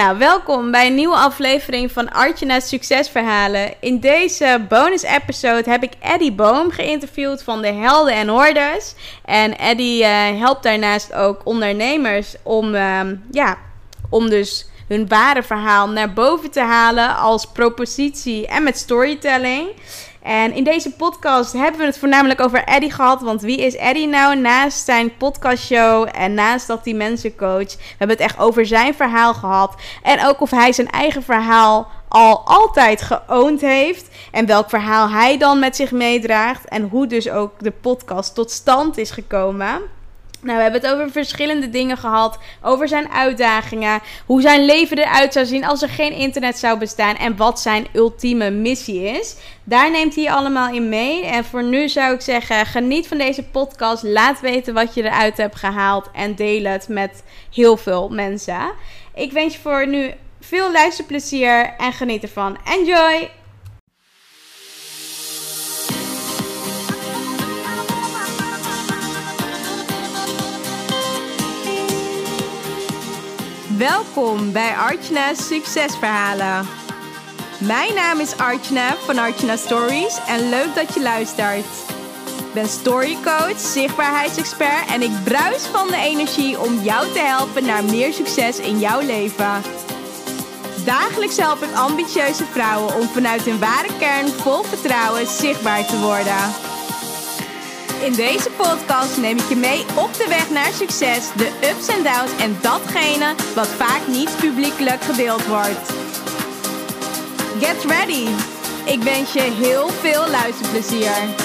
Nou, welkom bij een nieuwe aflevering van Artjana's Succesverhalen. In deze bonus-episode heb ik Eddie Boom geïnterviewd van de Helden en Hordes. En Eddie helpt daarnaast ook ondernemers om dus hun ware verhaal naar boven te halen als propositie en met storytelling. En in deze podcast hebben we het voornamelijk over Eddie gehad. Want wie is Eddie nou naast zijn podcastshow en naast dat hij mensen coacht? We hebben het echt over zijn verhaal gehad. En ook of hij zijn eigen verhaal altijd geowned heeft. En welk verhaal hij dan met zich meedraagt. En hoe dus ook de podcast tot stand is gekomen. Nou, we hebben het over verschillende dingen gehad. Over zijn uitdagingen. Hoe zijn leven eruit zou zien als er geen internet zou bestaan. En wat zijn ultieme missie is. Daar neemt hij allemaal in mee. En voor nu zou ik zeggen, geniet van deze podcast. Laat weten wat je eruit hebt gehaald. En deel het met heel veel mensen. Ik wens je voor nu veel luisterplezier. En geniet ervan. Enjoy! Welkom bij Artjana's Succesverhalen. Mijn naam is Artjana van Artjana Stories en leuk dat je luistert. Ik ben storycoach, zichtbaarheidsexpert en ik bruis van de energie om jou te helpen naar meer succes in jouw leven. Dagelijks help ik ambitieuze vrouwen om vanuit hun ware kern vol vertrouwen zichtbaar te worden. In deze podcast neem ik je mee op de weg naar succes, de ups en downs en datgene wat vaak niet publiekelijk gedeeld wordt. Get ready! Ik wens je heel veel luisterplezier.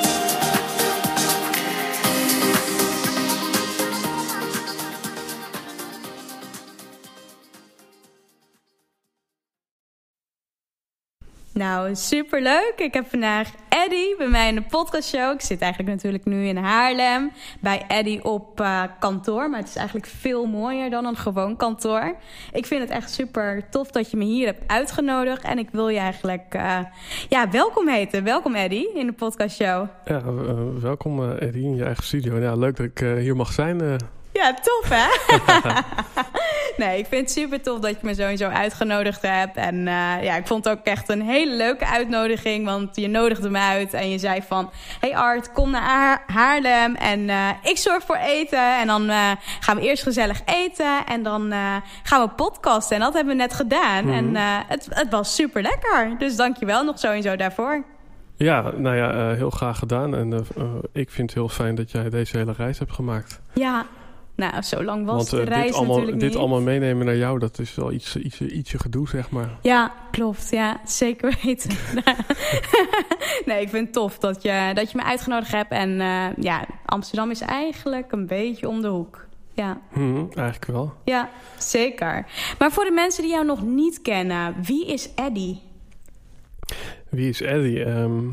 Nou, superleuk. Ik heb vandaag Eddie bij mij in de podcastshow. Ik zit eigenlijk natuurlijk nu in Haarlem bij Eddie op kantoor. Maar het is eigenlijk veel mooier dan een gewoon kantoor. Ik vind het echt super tof dat je me hier hebt uitgenodigd. En ik wil je eigenlijk welkom heten. Welkom Eddie in de podcastshow. Ja, welkom Eddie in je eigen studio. Ja, leuk dat ik hier mag zijn. Ja, tof hè? Nee, ik vind het super tof dat je me sowieso uitgenodigd hebt. En ik vond het ook echt een hele leuke uitnodiging. Want je nodigde me uit en je zei van... Hey Art, kom naar Haarlem en ik zorg voor eten. En dan gaan we eerst gezellig eten en dan gaan we podcasten. En dat hebben we net gedaan. Mm-hmm. En het was super lekker. Dus dank je wel nog sowieso daarvoor. Ja, heel graag gedaan. En ik vind het heel fijn dat jij deze hele reis hebt gemaakt. Ja. Nou, zo lang was de reis natuurlijk niet. Dit allemaal meenemen naar jou, dat is wel ietsje gedoe, zeg maar. Ja, klopt. Ja, zeker weten. Nee, ik vind het tof dat je me uitgenodigd hebt. En Amsterdam is eigenlijk een beetje om de hoek. Ja. Eigenlijk wel. Ja, zeker. Maar voor de mensen die jou nog niet kennen, wie is Eddie? Wie is Eddie?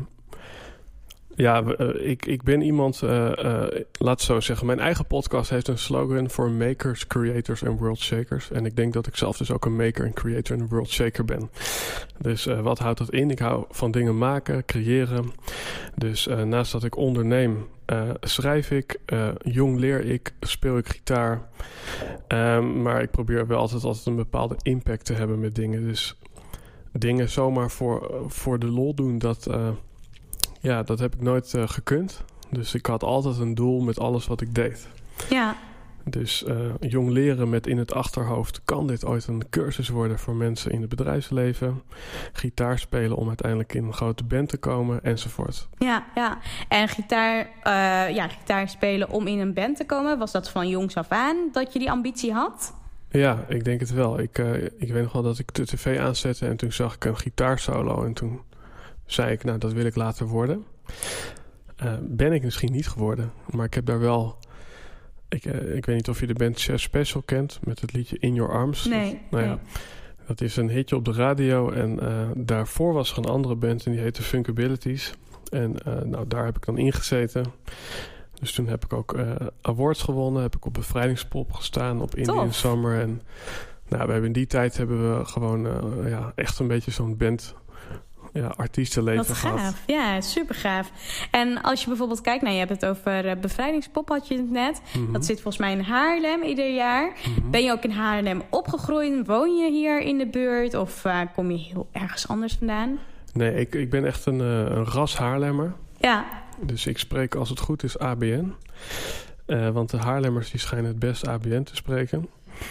Ik ben iemand, laat het zo zeggen. Mijn eigen podcast heeft een slogan voor makers, creators en world shakers. En ik denk dat ik zelf dus ook een maker, een creator en een world shaker ben. Dus wat houdt dat in? Ik hou van dingen maken, creëren. Dus naast dat ik onderneem, schrijf ik, jong leer ik, speel ik gitaar. Maar ik probeer wel altijd een bepaalde impact te hebben met dingen. Dus dingen zomaar voor de lol doen, dat heb ik nooit gekund. Dus ik had altijd een doel met alles wat ik deed. Ja. Dus jong leren met in het achterhoofd... kan dit ooit een cursus worden voor mensen in het bedrijfsleven? Gitaar spelen om uiteindelijk in een grote band te komen, enzovoort. Ja. En gitaar spelen om in een band te komen... was dat van jongs af aan dat je die ambitie had? Ja, ik denk het wel. Ik weet nog wel dat ik de tv aanzette... en toen zag ik een gitaarsolo en toen... zei ik, dat wil ik later worden. Ben ik misschien niet geworden. Maar ik heb daar wel... Ik weet niet of je de band Chef Special kent... met het liedje In Your Arms. Nee. Dat is een hitje op de radio. En daarvoor was er een andere band... en die heette Funkabilities. En daar heb ik dan ingezeten. Dus toen heb ik ook awards gewonnen. Heb ik op Bevrijdingspop gestaan op Indian Summer. En we hebben in die tijd hebben we gewoon echt een beetje zo'n band... artiestenleven Wat gehad. gaaf. Ja, super gaaf. En als je bijvoorbeeld kijkt, je hebt het over Bevrijdingspop, had je het net. Mm-hmm. Dat zit volgens mij in Haarlem ieder jaar. Mm-hmm. Ben je ook in Haarlem opgegroeid? Woon je hier in de buurt? Of kom je heel ergens anders vandaan? Nee, ik ben echt een ras Haarlemmer. Ja. Dus ik spreek als het goed is ABN. Want de Haarlemmers die schijnen het best ABN te spreken.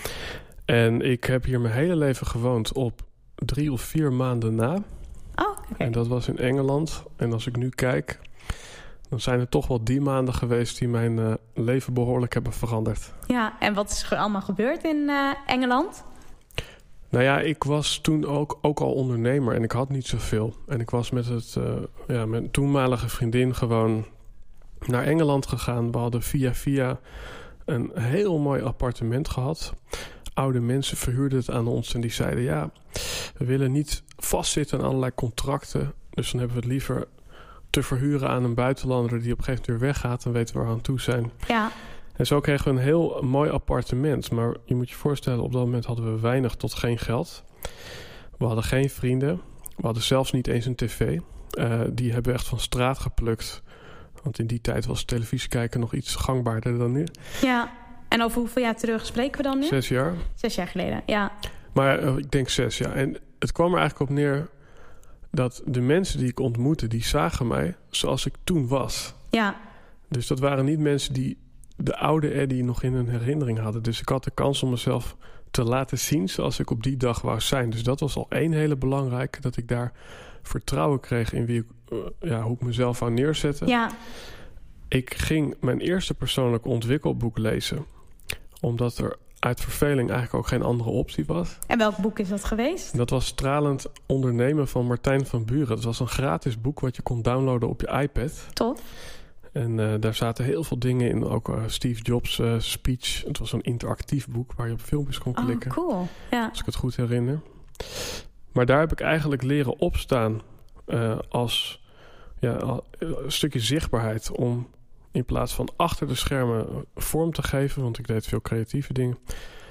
En ik heb hier mijn hele leven gewoond op 3 of 4 maanden na. Oh, okay. En dat was in Engeland. En als ik nu kijk, dan zijn het toch wel die maanden geweest die mijn leven behoorlijk hebben veranderd. Ja, en wat is er allemaal gebeurd in Engeland? Nou ja, ik was toen ook al ondernemer en ik had niet zoveel. En ik was met mijn toenmalige vriendin gewoon naar Engeland gegaan. We hadden via een heel mooi appartement gehad. Oude mensen verhuurden het aan ons en die zeiden... ja, we willen niet vastzitten aan allerlei contracten. Dus dan hebben we het liever te verhuren aan een buitenlander... die op een gegeven moment weer weggaat en weten waar we aan toe zijn. Ja. En zo kregen we een heel mooi appartement. Maar je moet je voorstellen, op dat moment hadden we weinig tot geen geld. We hadden geen vrienden. We hadden zelfs niet eens een tv. Die hebben we echt van straat geplukt. Want in die tijd was televisie kijken nog iets gangbaarder dan nu. Ja, en over hoeveel jaar terug spreken we dan nu? 6 jaar. 6 jaar geleden, ja. Maar ik denk 6 jaar. En het kwam er eigenlijk op neer dat de mensen die ik ontmoette... die zagen mij zoals ik toen was. Ja. Dus dat waren niet mensen die de oude Eddie nog in hun herinnering hadden. Dus ik had de kans om mezelf te laten zien zoals ik op die dag wou zijn. Dus dat was al één hele belangrijke, dat ik daar vertrouwen kreeg in wie ik, hoe ik mezelf wou neerzetten. Ja. Ik ging mijn eerste persoonlijke ontwikkelboek lezen, omdat er uit verveling eigenlijk ook geen andere optie was. En welk boek is dat geweest? Dat was Stralend Ondernemen van Martijn van Buren. Dat was een gratis boek wat je kon downloaden op je iPad. Tof. En daar zaten heel veel dingen in. Ook Steve Jobs' speech. Het was een interactief boek waar je op filmpjes kon klikken. Oh, cool. Ja. Als ik het goed herinner. Maar daar heb ik eigenlijk leren opstaan als een stukje zichtbaarheid. Om in plaats van achter de schermen vorm te geven. Want ik deed veel creatieve dingen.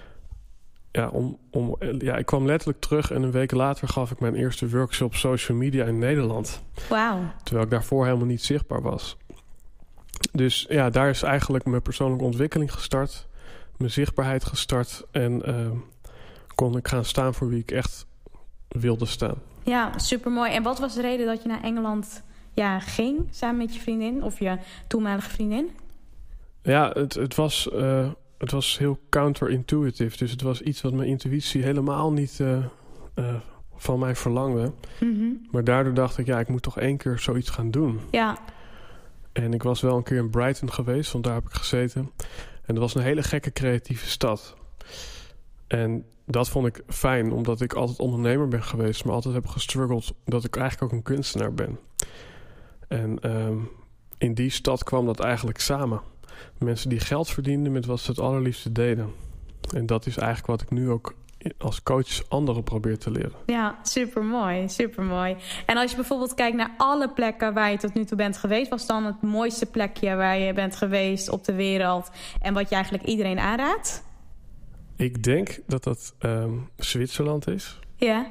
Ik kwam letterlijk terug en een week later gaf ik mijn eerste workshop social media in Nederland. Wauw. Terwijl ik daarvoor helemaal niet zichtbaar was. Dus ja, daar is eigenlijk mijn persoonlijke ontwikkeling gestart. Mijn zichtbaarheid gestart. En kon ik gaan staan voor wie ik echt wilde staan. Ja, supermooi. En wat was de reden dat je naar Engeland ging samen met je vriendin? Of je toenmalige vriendin? Ja, het was heel counterintuitive. Dus het was iets wat mijn intuïtie helemaal niet van mij verlangde. Mm-hmm. Maar daardoor dacht ik, ik moet toch 1 keer zoiets gaan doen. Ja. En ik was wel een keer in Brighton geweest, want daar heb ik gezeten. En dat was een hele gekke creatieve stad. En dat vond ik fijn, omdat ik altijd ondernemer ben geweest... maar altijd heb gestruggeld dat ik eigenlijk ook een kunstenaar ben. En in die stad kwam dat eigenlijk samen. Mensen die geld verdienden met wat ze het allerliefste deden. En dat is eigenlijk wat ik nu ook als coach anderen probeer te leren. Ja, supermooi, supermooi. En als je bijvoorbeeld kijkt naar alle plekken waar je tot nu toe bent geweest... was dan het mooiste plekje waar je bent geweest op de wereld... en wat je eigenlijk iedereen aanraadt? Ik denk dat dat Zwitserland is. Ja.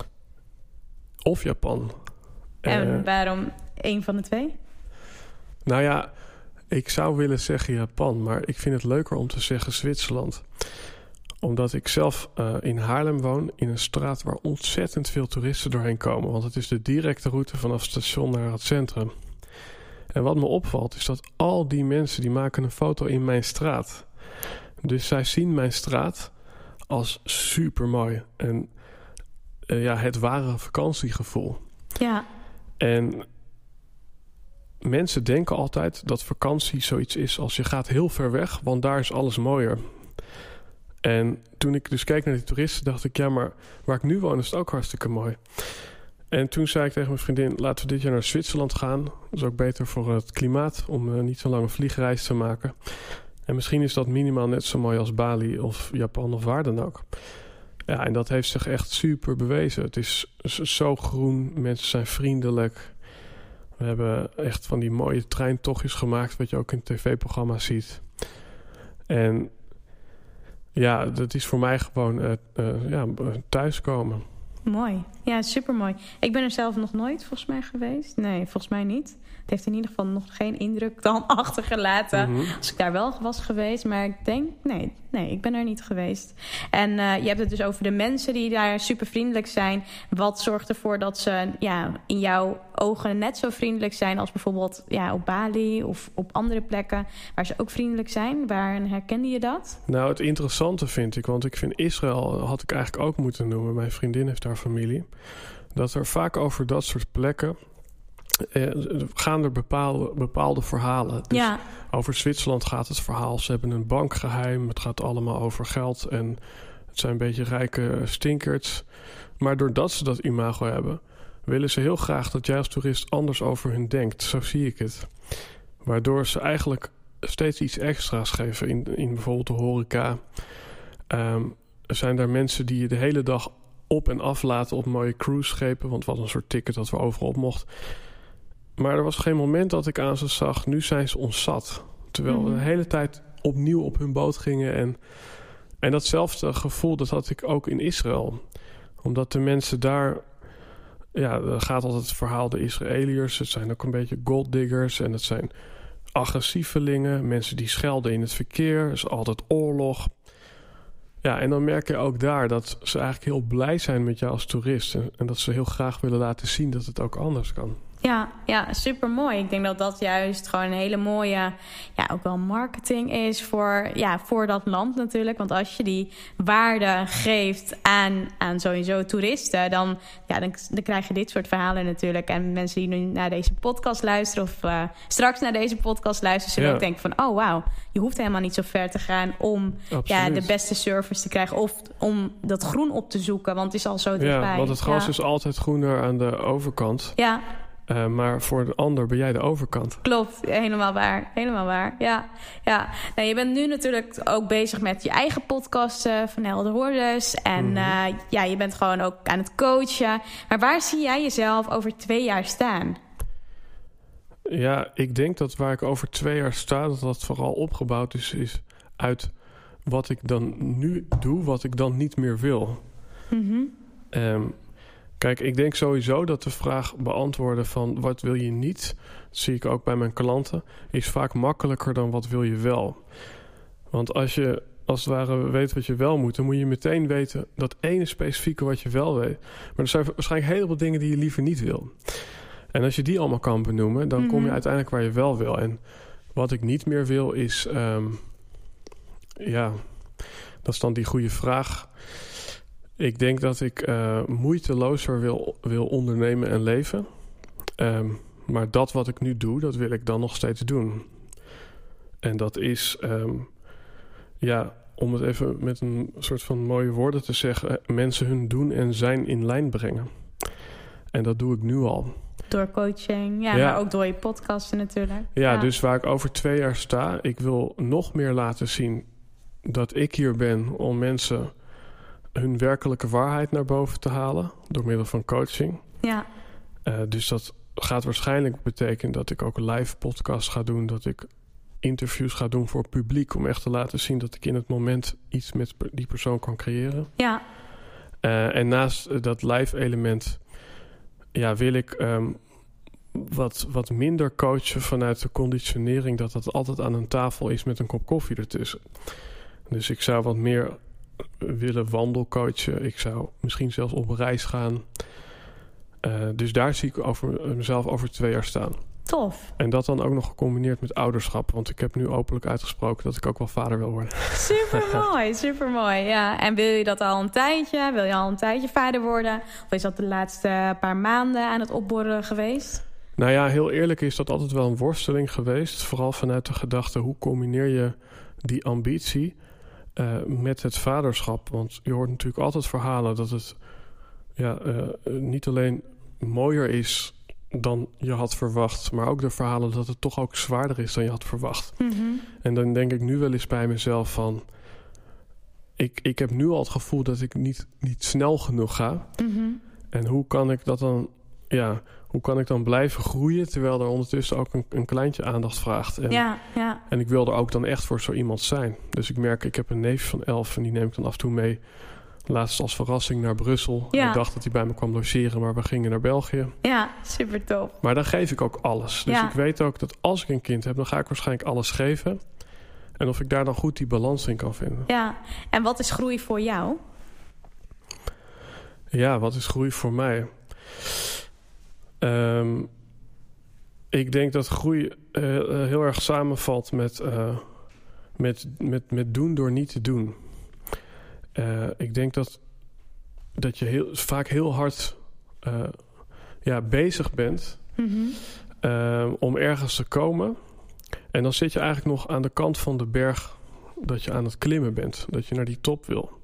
Of Japan. En waarom 1 van de 2? Nou ja, ik zou willen zeggen Japan... maar ik vind het leuker om te zeggen Zwitserland... Omdat ik zelf in Haarlem woon, in een straat waar ontzettend veel toeristen doorheen komen. Want het is de directe route vanaf het station naar het centrum. En wat me opvalt is dat al die mensen die maken een foto in mijn straat. Dus zij zien mijn straat als supermooi. En het ware vakantiegevoel. Ja. En mensen denken altijd dat vakantie zoiets is als je gaat heel ver weg, want daar is alles mooier. En toen ik dus keek naar die toeristen, dacht ik... maar waar ik nu woon is het ook hartstikke mooi. En toen zei ik tegen mijn vriendin... laten we dit jaar naar Zwitserland gaan. Dat is ook beter voor het klimaat... om niet zo'n lange vliegreis te maken. En misschien is dat minimaal net zo mooi als Bali of Japan of waar dan ook. Ja, en dat heeft zich echt super bewezen. Het is zo groen, mensen zijn vriendelijk. We hebben echt van die mooie treintochtjes gemaakt... wat je ook in tv-programma's ziet. En... ja, dat is voor mij gewoon thuiskomen. Mooi. Ja, supermooi. Ik ben er zelf nog nooit volgens mij geweest. Nee, volgens mij niet. Het heeft in ieder geval nog geen indruk dan achtergelaten. Als ik daar wel was geweest. Maar ik denk, nee, ik ben er niet geweest. En je hebt het dus over de mensen die daar super vriendelijk zijn. Wat zorgt ervoor dat ze in jouw ogen net zo vriendelijk zijn als bijvoorbeeld op Bali of op andere plekken waar ze ook vriendelijk zijn? Waar herkende je dat? Nou, het interessante vind ik, want ik vind Israël had ik eigenlijk ook moeten noemen. Mijn vriendin heeft daar familie. Dat er vaak over dat soort plekken gaan er bepaalde verhalen. Dus over Zwitserland gaat het verhaal. Ze hebben een bankgeheim. Het gaat allemaal over geld. En het zijn een beetje rijke stinkers. Maar doordat ze dat imago hebben, willen ze heel graag dat jij als toerist anders over hun denkt. Zo zie ik het. Waardoor ze eigenlijk steeds iets extra's geven in bijvoorbeeld de horeca. Er zijn daar mensen die je de hele dag op en af laten op mooie cruiseschepen. Want wat een soort ticket dat we overal op mochten. Maar er was geen moment dat ik aan ze zag, nu zijn ze ons zat. Terwijl we de hele tijd opnieuw op hun boot gingen. En datzelfde gevoel, dat had ik ook in Israël. Omdat de mensen daar... Ja, er gaat altijd het verhaal de Israëliërs. Het zijn ook een beetje golddiggers. En het zijn agressievelingen. Mensen die schelden in het verkeer. Er is altijd oorlog. Ja, en dan merk je ook daar dat ze eigenlijk heel blij zijn met jou als toerist. En dat ze heel graag willen laten zien dat het ook anders kan. Ja, super mooi. Ik denk dat dat juist gewoon een hele mooie, ook wel marketing is voor dat land natuurlijk. Want als je die waarde geeft aan sowieso toeristen, dan krijg je dit soort verhalen natuurlijk. En mensen die nu naar deze podcast luisteren of straks naar deze podcast luisteren, zullen ook denken van, oh wauw, je hoeft helemaal niet zo ver te gaan om de beste service te krijgen of om dat groen op te zoeken, want het is al zo dichtbij. Ja, want het gras is altijd groener aan de overkant. Ja. Maar voor de ander ben jij de overkant. Klopt, helemaal waar. Ja. Nou, je bent nu natuurlijk ook bezig met je eigen podcast van Helder Hordes. En je bent gewoon ook aan het coachen. Maar waar zie jij jezelf over 2 jaar staan? Ja, ik denk dat waar ik over 2 jaar sta, dat vooral opgebouwd is uit wat ik dan nu doe, wat ik dan niet meer wil. Kijk, ik denk sowieso dat de vraag beantwoorden van wat wil je niet, dat zie ik ook bij mijn klanten, is vaak makkelijker dan wat wil je wel. Want als je als het ware weet wat je wel moet, dan moet je meteen weten dat ene specifieke wat je wel weet. Maar er zijn waarschijnlijk heel veel dingen die je liever niet wil. En als je die allemaal kan benoemen, dan kom je uiteindelijk waar je wel wil. En wat ik niet meer wil is, dat is dan die goede vraag. Ik denk dat ik moeitelozer wil ondernemen en leven. Maar dat wat ik nu doe, dat wil ik dan nog steeds doen. En dat is, om het even met een soort van mooie woorden te zeggen, mensen hun doen en zijn in lijn brengen. En dat doe ik nu al. Door coaching, maar ook door je podcasten natuurlijk. Ja, dus waar ik over 2 jaar sta, ik wil nog meer laten zien dat ik hier ben om mensen hun werkelijke waarheid naar boven te halen door middel van coaching. Ja. Dus dat gaat waarschijnlijk betekenen dat ik ook live podcasts ga doen, dat ik interviews ga doen voor het publiek om echt te laten zien dat ik in het moment iets met die persoon kan creëren. Ja. En naast dat live element wil ik wat minder coachen vanuit de conditionering dat altijd aan een tafel is met een kop koffie ertussen. Dus ik zou wat meer willen wandelcoachen. Ik zou misschien zelfs op reis gaan. Dus daar zie ik mezelf over 2 jaar staan. Tof. En dat dan ook nog gecombineerd met ouderschap. Want ik heb nu openlijk uitgesproken dat ik ook wel vader wil worden. Supermooi. Ja. En wil je dat al een tijdje? Wil je al een tijdje vader worden? Of is dat de laatste paar maanden aan het opborrelen geweest? Nou ja, heel eerlijk is dat altijd wel een worsteling geweest. Vooral vanuit de gedachte, hoe combineer je die ambitie met het vaderschap? Want je hoort natuurlijk altijd verhalen dat het niet alleen mooier is dan je had verwacht, maar ook de verhalen dat het toch ook zwaarder is dan je had verwacht. Mm-hmm. En dan denk ik nu wel eens bij mezelf van, ik heb nu al het gevoel dat ik niet snel genoeg ga. Mm-hmm. En hoe kan ik dat dan, hoe kan ik dan blijven groeien terwijl er ondertussen ook een kleintje aandacht vraagt. En ik wil er ook dan echt voor zo iemand zijn. Dus ik merk, ik heb een neefje van 11 en die neem ik dan af en toe mee laatst als verrassing naar Brussel. Ja. Ik dacht dat hij bij me kwam logeren, maar we gingen naar België. Ja, super top. Maar dan geef ik ook alles. Dus ik weet ook dat als ik een kind heb, dan ga ik waarschijnlijk alles geven. En of ik daar dan goed die balans in kan vinden. Ja, en wat is groei voor jou? Ja, wat is groei voor mij? Ik denk dat groei heel erg samenvalt met doen door niet te doen. Ik denk dat je vaak heel hard bezig bent om ergens te komen. En dan zit je eigenlijk nog aan de kant van de berg dat je aan het klimmen bent. Dat je naar die top wil.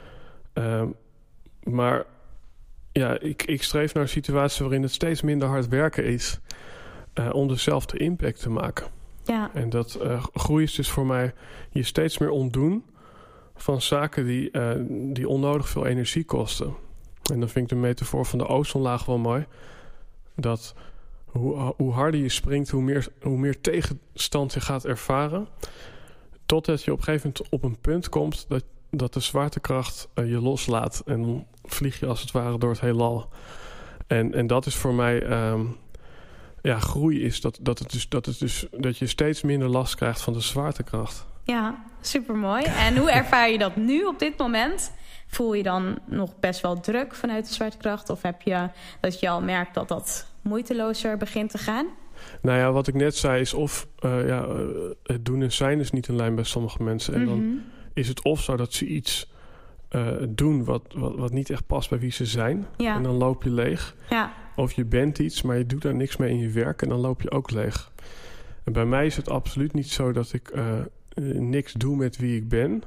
Maar ja, ik streef naar een situatie waarin het steeds minder hard werken is om dezelfde impact te maken. Ja. En dat groei is dus voor mij je steeds meer ontdoen van zaken die onnodig veel energie kosten. En dan vind ik de metafoor van de ozonlaag wel mooi. Dat hoe harder je springt, hoe meer tegenstand je gaat ervaren. Totdat je op een gegeven moment op een punt komt dat de zwaartekracht je loslaat. En dan vlieg je als het ware door het heelal. En dat is voor mij... groei is dat je steeds minder last krijgt van de zwaartekracht. Ja, supermooi. En hoe ervaar je dat nu op dit moment? Voel je dan nog best wel druk vanuit de zwaartekracht? Of heb je dat je al merkt dat dat moeitelozer begint te gaan? Nou ja, wat ik net zei is het doen en zijn is niet in lijn bij sommige mensen. En dan is het of zo dat ze iets doen wat niet echt past bij wie ze zijn. Ja. En dan loop je leeg. Ja. Of je bent iets, maar je doet daar niks mee in je werk en dan loop je ook leeg. En bij mij is het absoluut niet zo dat ik niks doe met wie ik ben.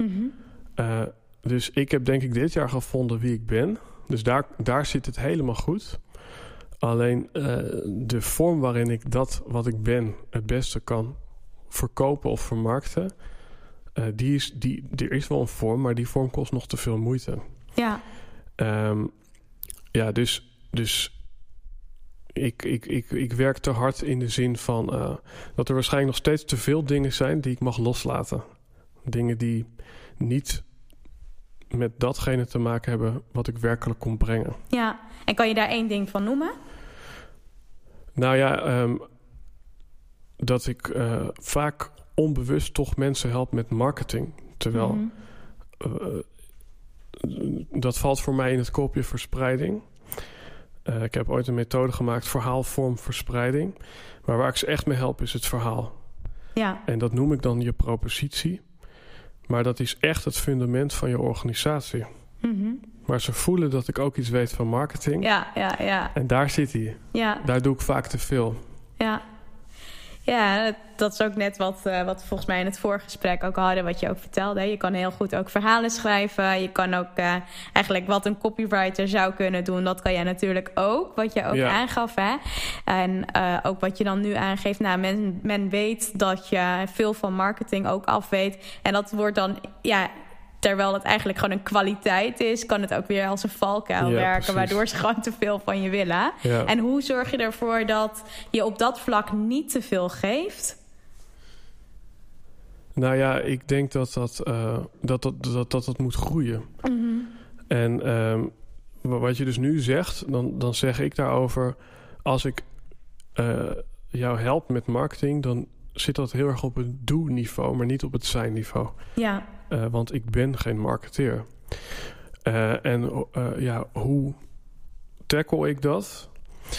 Dus ik heb denk ik dit jaar gevonden wie ik ben. Dus daar zit het helemaal goed. Alleen de vorm waarin ik dat wat ik ben het beste kan verkopen of vermarkten... er is wel een vorm, maar die vorm kost nog te veel moeite. Ja. Dus ik werk te hard in de zin van dat er waarschijnlijk nog steeds te veel dingen zijn die ik mag loslaten. Dingen die niet met datgene te maken hebben wat ik werkelijk kon brengen. Ja, en kan je daar 1 ding van noemen? Nou ja, dat ik vaak onbewust toch mensen help met marketing. Terwijl dat valt voor mij in het kopje verspreiding. Ik heb ooit een methode gemaakt, verhaal-vorm-verspreiding. Maar waar ik ze echt mee help is het verhaal. Ja. En dat noem ik dan je propositie. Maar dat is echt het fundament van je organisatie. Maar ze voelen dat ik ook iets weet van marketing. Ja. En daar zit hij. Ja. Daar doe ik vaak te veel. Ja. Ja, dat is ook net wat volgens mij in het voorgesprek ook hadden, wat je ook vertelde. Je kan heel goed ook verhalen schrijven. Je kan ook eigenlijk wat een copywriter zou kunnen doen. Dat kan jij natuurlijk ook, wat je ook aangaf. Hè? En ook wat je dan nu aangeeft. Nou, men weet dat je veel van marketing ook afweet. En dat wordt dan... terwijl het eigenlijk gewoon een kwaliteit is, kan het ook weer als een valkuil werken, precies. Waardoor ze gewoon te veel van je willen. Ja. En hoe zorg je ervoor dat je op dat vlak niet te veel geeft? Nou ja, ik denk dat moet groeien. En wat je dus nu zegt, dan zeg ik daarover, als ik jou help met marketing, dan zit dat heel erg op het do-niveau, maar niet op het zijn-niveau. Ja. Want ik ben geen marketeer. Hoe tackle ik dat?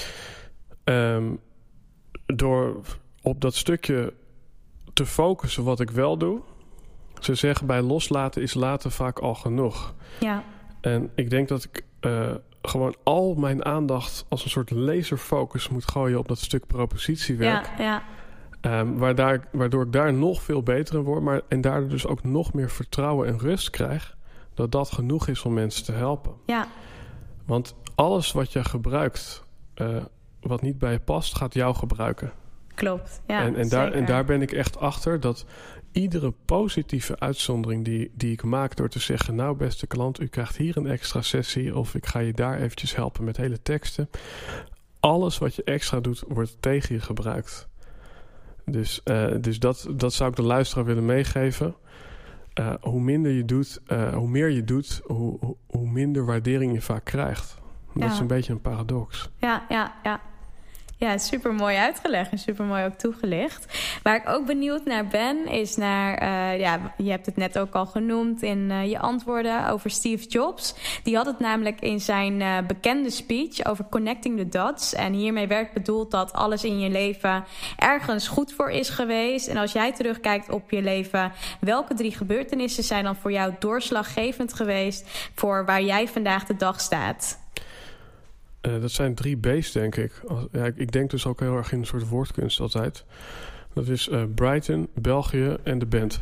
Door op dat stukje te focussen wat ik wel doe. Ze zeggen bij loslaten is laten vaak al genoeg. Ja. En ik denk dat ik gewoon al mijn aandacht als een soort laserfocus moet gooien op dat stuk propositiewerk. Ja. Waardoor ik daar nog veel beter in word. En daardoor dus ook nog meer vertrouwen en rust krijg. Dat genoeg is om mensen te helpen. Ja. Want alles wat je gebruikt, wat niet bij je past, gaat jou gebruiken. Klopt, ja. En daar ben ik echt achter dat iedere positieve uitzondering die ik maak door te zeggen, nou beste klant, u krijgt hier een extra sessie of ik ga je daar eventjes helpen met hele teksten. Alles wat je extra doet, wordt tegen je gebruikt. Dus dat zou ik de luisteraar willen meegeven. hoe minder je doet, hoe meer je doet, hoe minder waardering je vaak krijgt. Dat is een beetje een paradox. Ja, super mooi uitgelegd en super mooi ook toegelicht. Waar ik ook benieuwd naar ben, is naar... je hebt het net ook al genoemd in je antwoorden over Steve Jobs. Die had het namelijk in zijn bekende speech over connecting the dots. En hiermee werd bedoeld dat alles in je leven ergens goed voor is geweest. En als jij terugkijkt op je leven, welke 3 gebeurtenissen zijn dan voor jou doorslaggevend geweest voor waar jij vandaag de dag staat? Dat zijn 3 B's, denk ik. Ik denk dus ook heel erg in een soort woordkunst altijd. Dat is Brighton, België en de band.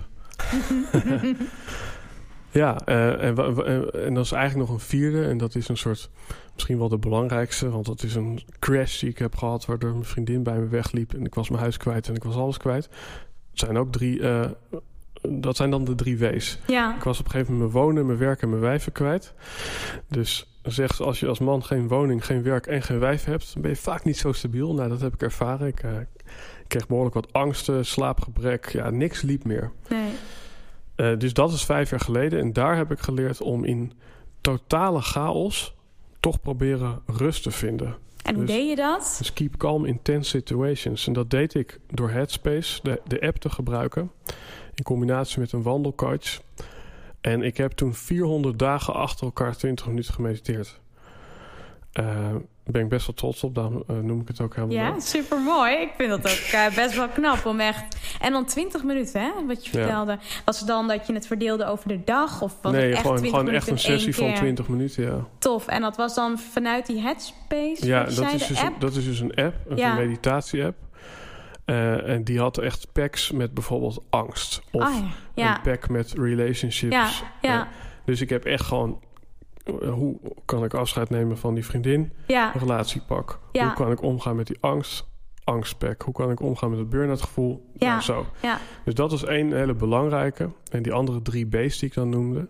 En dat is eigenlijk nog een 4e. En dat is een soort, misschien wel de belangrijkste. Want dat is een crash die ik heb gehad, waardoor mijn vriendin bij me wegliep. En ik was mijn huis kwijt en ik was alles kwijt. Het zijn ook 3... dat zijn dan de 3 W's. Ja. Ik was op een gegeven moment mijn wonen, mijn werk en mijn wijven kwijt. Dus zegt, als je als man geen woning, geen werk en geen wijf hebt, dan ben je vaak niet zo stabiel. Nou, dat heb ik ervaren. Ik kreeg behoorlijk wat angsten, slaapgebrek. Ja, niks liep meer. Nee. Dus dat is 5 jaar geleden. En daar heb ik geleerd om in totale chaos toch proberen rust te vinden. En hoe deed je dat? Dus keep calm in tense situations. En dat deed ik door Headspace, de app te gebruiken, in combinatie met een wandelcoach. En ik heb toen 400 dagen achter elkaar 20 minuten gemediteerd. Daar ben ik best wel trots op. Daarom noem ik het ook helemaal. Ja, super mooi. Ik vind dat ook best wel knap om echt... En dan 20 minuten, hè? Wat je vertelde. Ja. Was het dan dat je het verdeelde over de dag? Of was nee, het echt gewoon echt een sessie van 20 minuten, ja. Tof. En dat was dan vanuit die Headspace? Ja, dat is dus een app. Een meditatie-app. En die had echt packs met bijvoorbeeld angst. Of een pack met relationships. Ja. Dus ik heb echt gewoon... hoe kan ik afscheid nemen van die vriendin? Ja. Een relatiepak. Ja. Hoe kan ik omgaan met die angstpack? Hoe kan ik omgaan met het burn-out gevoel? Ja. Nou, zo. Ja. Dus dat is 1 hele belangrijke. En die andere 3 B's die ik dan noemde.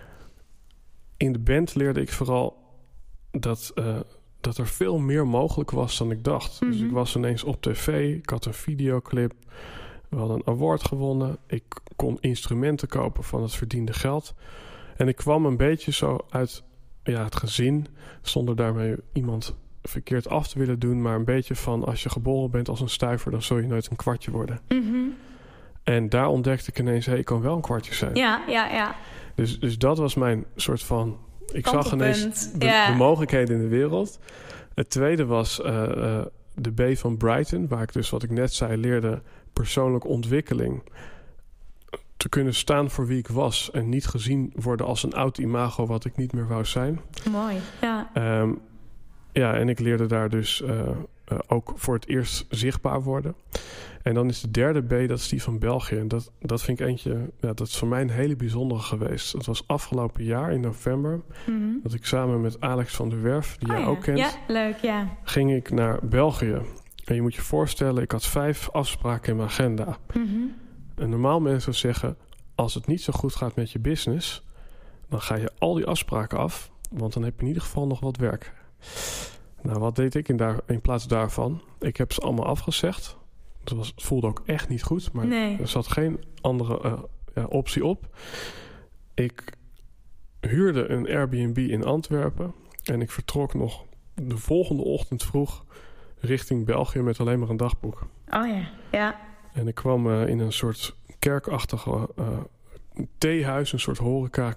In de band leerde ik vooral dat er veel meer mogelijk was dan ik dacht. Mm-hmm. Dus ik was ineens op tv. Ik had een videoclip. We hadden een award gewonnen. Ik kon instrumenten kopen van het verdiende geld. En ik kwam een beetje zo uit het gezin, zonder daarmee iemand verkeerd af te willen doen, maar een beetje van, als je geboren bent als een stuiver, dan zul je nooit een kwartje worden. Mm-hmm. En daar ontdekte ik ineens, ik kan wel een kwartje zijn. Ja. Dus dat was mijn soort van... Ik zag ineens de mogelijkheden in de wereld. Het tweede was de B van Brighton, waar ik dus, wat ik net zei, leerde persoonlijke ontwikkeling. Te kunnen staan voor wie ik was en niet gezien worden als een oud imago wat ik niet meer wou zijn. Mooi, ja. En ik leerde daar dus ook voor het eerst zichtbaar worden. En dan is de 3e B, dat is die van België. En dat vind ik eentje, dat is voor mij een hele bijzondere geweest. Het was afgelopen jaar in november, mm-hmm, dat ik samen met Alex van der Werf, die jij ook kent. Ja, leuk, ja. Ging ik naar België. En je moet je voorstellen, ik had 5 afspraken in mijn agenda. Mm-hmm. En normaal mensen zeggen, als het niet zo goed gaat met je business, dan ga je al die afspraken af, want dan heb je in ieder geval nog wat werk. Nou, wat deed ik in plaats daarvan? Ik heb ze allemaal afgezegd. Het voelde ook echt niet goed, maar er zat geen andere optie op. Ik huurde een Airbnb in Antwerpen en ik vertrok nog de volgende ochtend vroeg richting België met alleen maar een dagboek. Oh ja. En ik kwam in een soort kerkachtige theehuis, een soort horeca,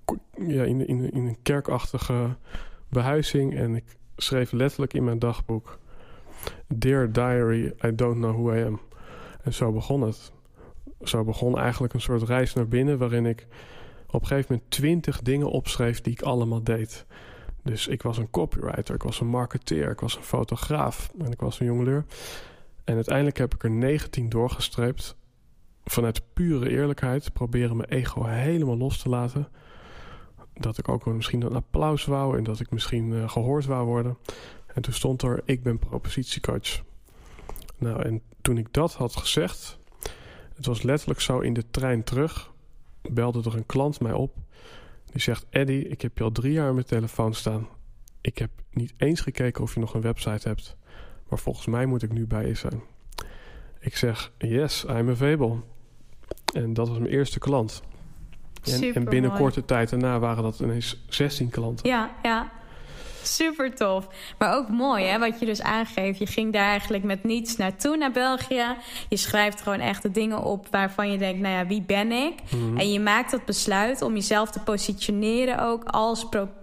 in een kerkachtige behuizing. En ik schreef letterlijk in mijn dagboek: Dear diary, I don't know who I am. En zo begon het. Zo begon eigenlijk een soort reis naar binnen, waarin ik op een gegeven moment 20 dingen opschreef die ik allemaal deed. Dus ik was een copywriter, ik was een marketeer, ik was een fotograaf en ik was een jongleur. En uiteindelijk heb ik er 19 doorgestreept. Vanuit pure eerlijkheid, proberen mijn ego helemaal los te laten. Dat ik ook misschien een applaus wou en dat ik misschien gehoord wou worden. En toen stond er: ik ben propositiecoach. Nou, en toen ik dat had gezegd, het was letterlijk zo, in de trein terug belde er een klant mij op. Die zegt: Eddie, ik heb je al 3 jaar aan mijn telefoon staan. Ik heb niet eens gekeken of je nog een website hebt. Maar volgens mij moet ik nu bij je zijn. Ik zeg: yes, I'm available. En dat was mijn eerste klant. En binnen korte tijd daarna waren dat ineens 16 klanten. Ja. Super tof. Maar ook mooi, hè, wat je dus aangeeft. Je ging daar eigenlijk met niets naartoe naar België. Je schrijft gewoon echt de dingen op waarvan je denkt, nou ja, wie ben ik? Mm-hmm. En je maakt dat besluit om jezelf te positioneren ook als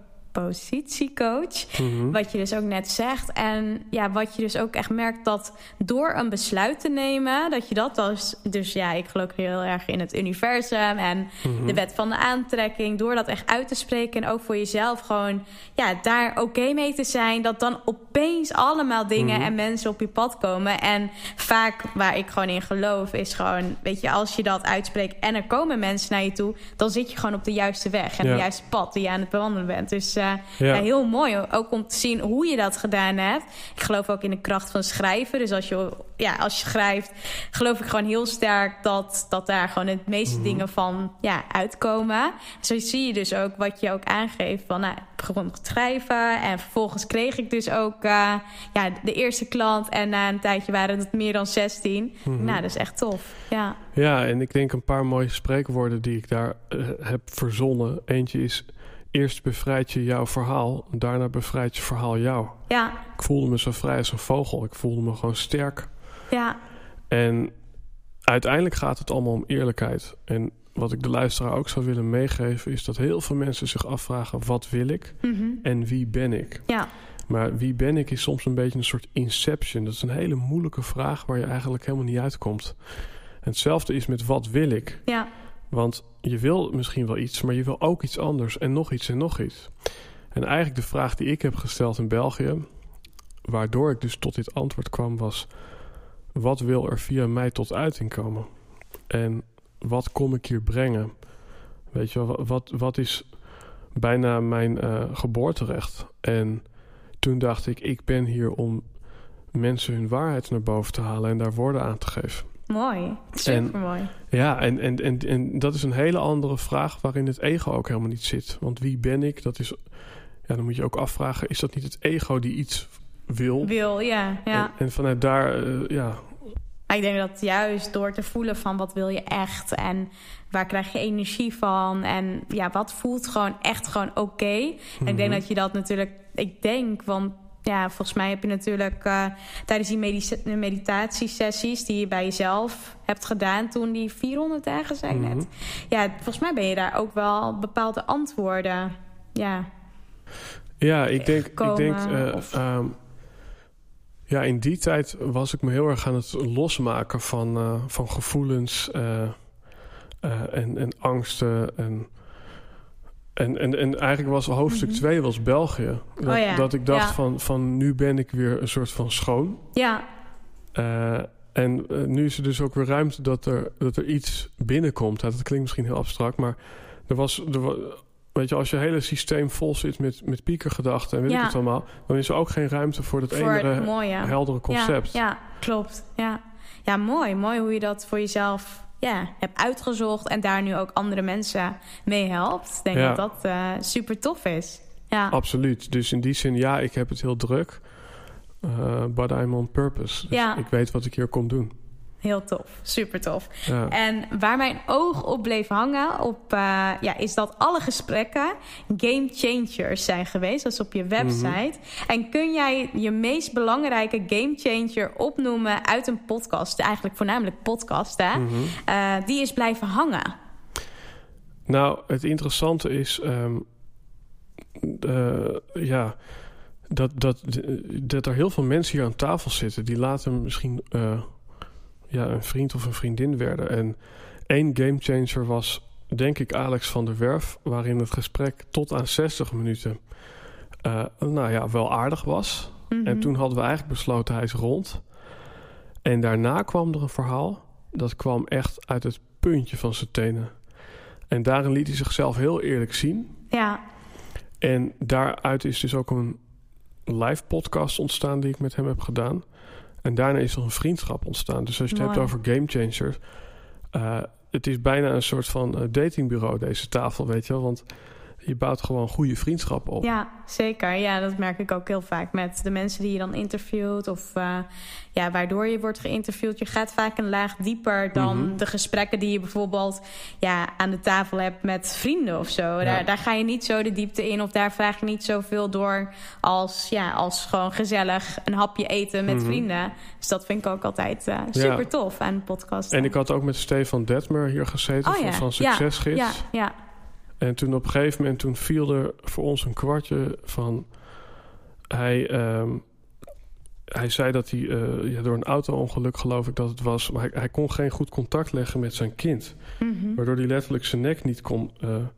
positiecoach. Mm-hmm. Wat je dus ook net zegt. En ja, wat je dus ook echt merkt, dat door een besluit te nemen, dat je dat dus ja, ik geloof heel erg in het universum en de wet van de aantrekking. Door dat echt uit te spreken en ook voor jezelf gewoon ja, daar oké mee te zijn, dat dan opeens allemaal dingen en mensen op je pad komen. En vaak waar ik gewoon in geloof is gewoon, weet je, als je dat uitspreekt en er komen mensen naar je toe, dan zit je gewoon op de juiste weg en het juiste pad die je aan het bewandelen bent. Dus ja, heel mooi. Ook om te zien hoe je dat gedaan hebt. Ik geloof ook in de kracht van schrijven. Dus als je schrijft, geloof ik gewoon heel sterk dat daar gewoon het meeste dingen van uitkomen. Zo zie je dus ook wat je ook aangeeft van, ik begon te schrijven en vervolgens kreeg ik dus ook de eerste klant en na een tijdje waren het meer dan 16. Nou, dat is echt tof. Ja, en ik denk een paar mooie spreekwoorden die ik daar heb verzonnen. Eentje is: eerst bevrijd je jouw verhaal, daarna bevrijdt je verhaal jou. Ja. Ik voelde me zo vrij als een vogel. Ik voelde me gewoon sterk. Ja. En uiteindelijk gaat het allemaal om eerlijkheid. En wat ik de luisteraar ook zou willen meegeven is dat heel veel mensen zich afvragen: wat wil ik en wie ben ik? Ja. Maar wie ben ik is soms een beetje een soort inception. Dat is een hele moeilijke vraag waar je eigenlijk helemaal niet uitkomt. En hetzelfde is met wat wil ik? Ja. Want je wil misschien wel iets, maar je wil ook iets anders en nog iets en nog iets. En eigenlijk de vraag die ik heb gesteld in België, waardoor ik dus tot dit antwoord kwam, was: wat wil er via mij tot uiting komen? En wat kom ik hier brengen? Weet je wel, wat is bijna mijn geboorterecht? En toen dacht ik ben hier om mensen hun waarheid naar boven te halen en daar woorden aan te geven. Mooi, supermooi. Ja, en dat is een hele andere vraag waarin het ego ook helemaal niet zit. Want wie ben ik? Dat is, dan moet je ook afvragen, is dat niet het ego die iets wil? Ja. En vanuit daar, Maar ik denk dat juist door te voelen van wat wil je echt en waar krijg je energie van en wat voelt gewoon echt gewoon oké. En ik denk dat je dat natuurlijk, want volgens mij heb je natuurlijk tijdens die meditatiesessies die je bij jezelf hebt gedaan toen die 400 dagen zei net. Ja, volgens mij ben je daar ook wel bepaalde antwoorden. Ja, ik denk in die tijd was ik me heel erg aan het losmaken van gevoelens en angsten En eigenlijk was hoofdstuk 2 was België. Dat ik dacht van nu ben ik weer een soort van schoon. Ja. En nu is er dus ook weer ruimte dat er iets binnenkomt. Dat klinkt misschien heel abstract, maar weet je, als je hele systeem vol zit met piekergedachten en weet ik het allemaal, dan is er ook geen ruimte voor dat heldere concept. Ja, klopt. Ja, mooi hoe je dat voor jezelf hebt uitgezocht en daar nu ook andere mensen mee helpt. Ik denk dat super tof is. Ja. Absoluut. Dus in die zin, ik heb het heel druk. But I'm on purpose. Dus ik weet wat ik hier kom doen. Heel tof. Super tof. Ja. En waar mijn oog op bleef hangen is dat alle gesprekken game changers zijn geweest. Dat is op je website. En kun jij je meest belangrijke game changer opnoemen uit een podcast? Eigenlijk voornamelijk podcast, hè? Die is blijven hangen. Nou, het interessante is dat er heel veel mensen hier aan tafel zitten die later misschien een vriend of een vriendin werden. En één gamechanger was, denk ik, Alex van der Werf, waarin het gesprek tot aan 60 minuten wel aardig was. En toen hadden we eigenlijk besloten, hij is rond. En daarna kwam er een verhaal, dat kwam echt uit het puntje van zijn tenen. En daarin liet hij zichzelf heel eerlijk zien. Ja. En daaruit is dus ook een live podcast ontstaan die ik met hem heb gedaan. En daarna is er een vriendschap ontstaan. Dus als je het hebt over gamechangers, het is bijna een soort van datingbureau, deze tafel, weet je wel. Want je bouwt gewoon goede vriendschappen op. Ja, zeker. Ja, dat merk ik ook heel vaak met de mensen die je dan interviewt. Of waardoor je wordt geïnterviewd. Je gaat vaak een laag dieper dan de gesprekken die je bijvoorbeeld aan de tafel hebt met vrienden of zo. Ja. Daar ga je niet zo de diepte in. Of daar vraag je niet zoveel door als gewoon gezellig een hapje eten met vrienden. Dus dat vind ik ook altijd super tof aan de podcast. En ik had ook met Stefan Detmer hier gezeten van Succesgids. Ja. En toen op een gegeven moment viel er voor ons een kwartje van... Hij zei dat hij door een auto-ongeluk, geloof ik dat het was... maar hij kon geen goed contact leggen met zijn kind. Waardoor hij letterlijk zijn nek niet kon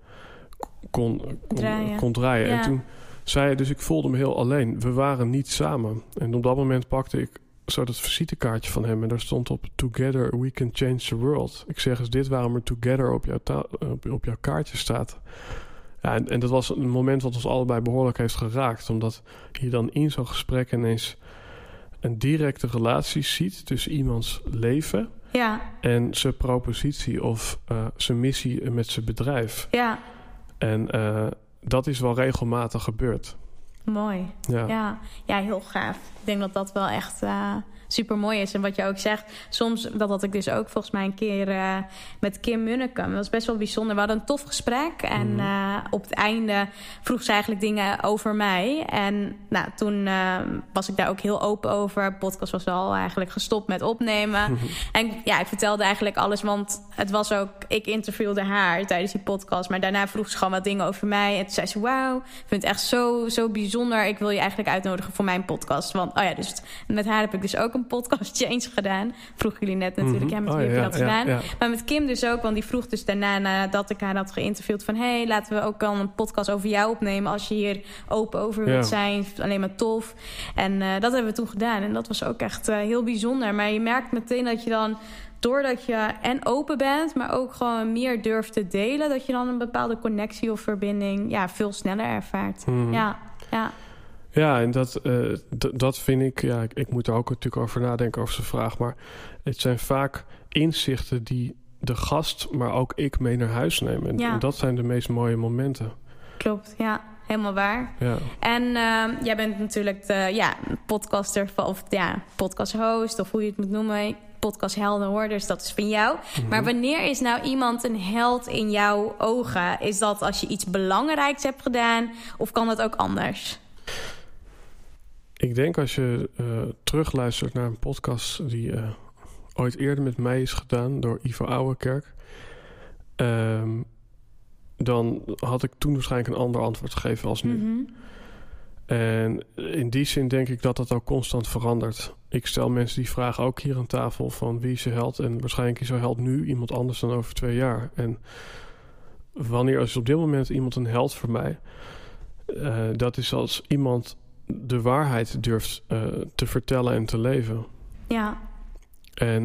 draaien. Ja. En toen zei hij, dus ik voelde me heel alleen. We waren niet samen. En op dat moment pakte ik zo dat visitekaartje van hem... en daar stond op Together we can change the world. Ik zeg eens dit waarom er Together op jouw kaartje staat. Ja, en dat was een moment wat ons allebei behoorlijk heeft geraakt. Omdat je dan in zo'n gesprek ineens een directe relatie ziet... tussen iemands leven en zijn propositie of zijn missie met zijn bedrijf. Ja. En dat is wel regelmatig gebeurd. Mooi. Ja, heel gaaf. Ik denk dat dat wel echt super mooi is. En wat je ook zegt, soms, dat had ik dus ook volgens mij een keer met Kim Munnekom. Dat was best wel bijzonder. We hadden een tof gesprek. En op het einde vroeg ze eigenlijk dingen over mij. En toen was ik daar ook heel open over. De podcast was al eigenlijk gestopt met opnemen. En ik vertelde eigenlijk alles, want het was ook... Ik interviewde haar tijdens die podcast. Maar daarna vroeg ze gewoon wat dingen over mij. En toen zei ze, wauw, ik vind het echt zo bijzonder. Ik wil je eigenlijk uitnodigen voor mijn podcast. Want dus met haar heb ik dus ook een podcast change gedaan. Vroegen jullie net natuurlijk, met wie heb je dat gedaan? Ja. Maar met Kim dus ook, want die vroeg dus daarna, nadat ik haar had geïnterviewd, van hey, laten we ook al een podcast over jou opnemen als je hier open over wilt zijn. Alleen maar tof. En dat hebben we toen gedaan. En dat was ook echt heel bijzonder. Maar je merkt meteen dat je dan, doordat je en open bent, maar ook gewoon meer durft te delen, dat je dan een bepaalde connectie of verbinding veel sneller ervaart. Ja, en dat vind ik... Ja, ik moet er ook natuurlijk over nadenken over zijn vraag. Maar het zijn vaak inzichten die de gast, maar ook ik mee naar huis neem. En dat zijn de meest mooie momenten. Klopt, ja. Helemaal waar. Ja. En jij bent natuurlijk de podcaster of podcast-host, of hoe je het moet noemen. Podcast Helden Hoorders, dat is van jou. Maar wanneer is nou iemand een held in jouw ogen? Is dat als je iets belangrijks hebt gedaan? Of kan dat ook anders? Ik denk als je terugluistert naar een podcast die ooit eerder met mij is gedaan door Ivo Ouwerkerk, dan had ik toen waarschijnlijk een ander antwoord gegeven als nu. En in die zin denk ik dat dat ook constant verandert. Ik stel mensen die vragen ook hier aan tafel van wie is je held? En waarschijnlijk is jouw held nu iemand anders dan over 2 jaar. En wanneer is op dit moment iemand een held voor mij? Dat is als iemand de waarheid durft te vertellen en te leven. Ja. En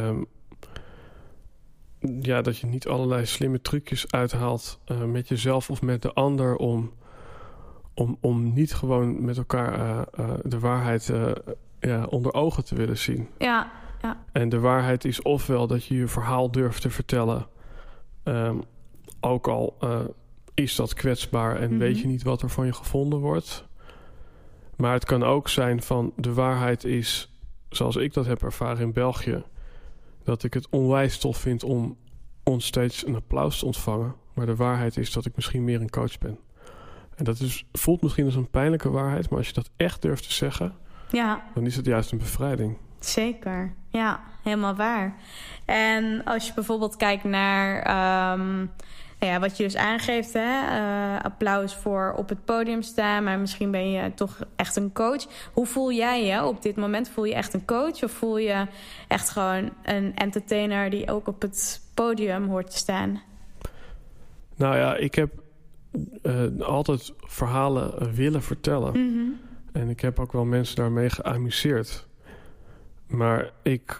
dat je niet allerlei slimme trucjes uithaalt met jezelf of met de ander om niet gewoon met elkaar de waarheid onder ogen te willen zien. Ja. En de waarheid is ofwel dat je je verhaal durft te vertellen, ook al is dat kwetsbaar en weet je niet wat er van je gevonden wordt. Maar het kan ook zijn van de waarheid is, zoals ik dat heb ervaren in België, dat ik het onwijs tof vind om steeds een applaus te ontvangen. Maar de waarheid is dat ik misschien meer een coach ben. En dat voelt misschien als een pijnlijke waarheid, maar als je dat echt durft te zeggen, dan is het juist een bevrijding. Zeker, ja, helemaal waar. En als je bijvoorbeeld kijkt naar wat je dus aangeeft, applaus voor op het podium staan, maar misschien ben je toch echt een coach. Hoe voel jij je op dit moment? Voel je echt een coach of voel je echt gewoon een entertainer die ook op het podium hoort te staan? Nou ja, ik heb altijd verhalen willen vertellen. En ik heb ook wel mensen daarmee geamuseerd. Maar ik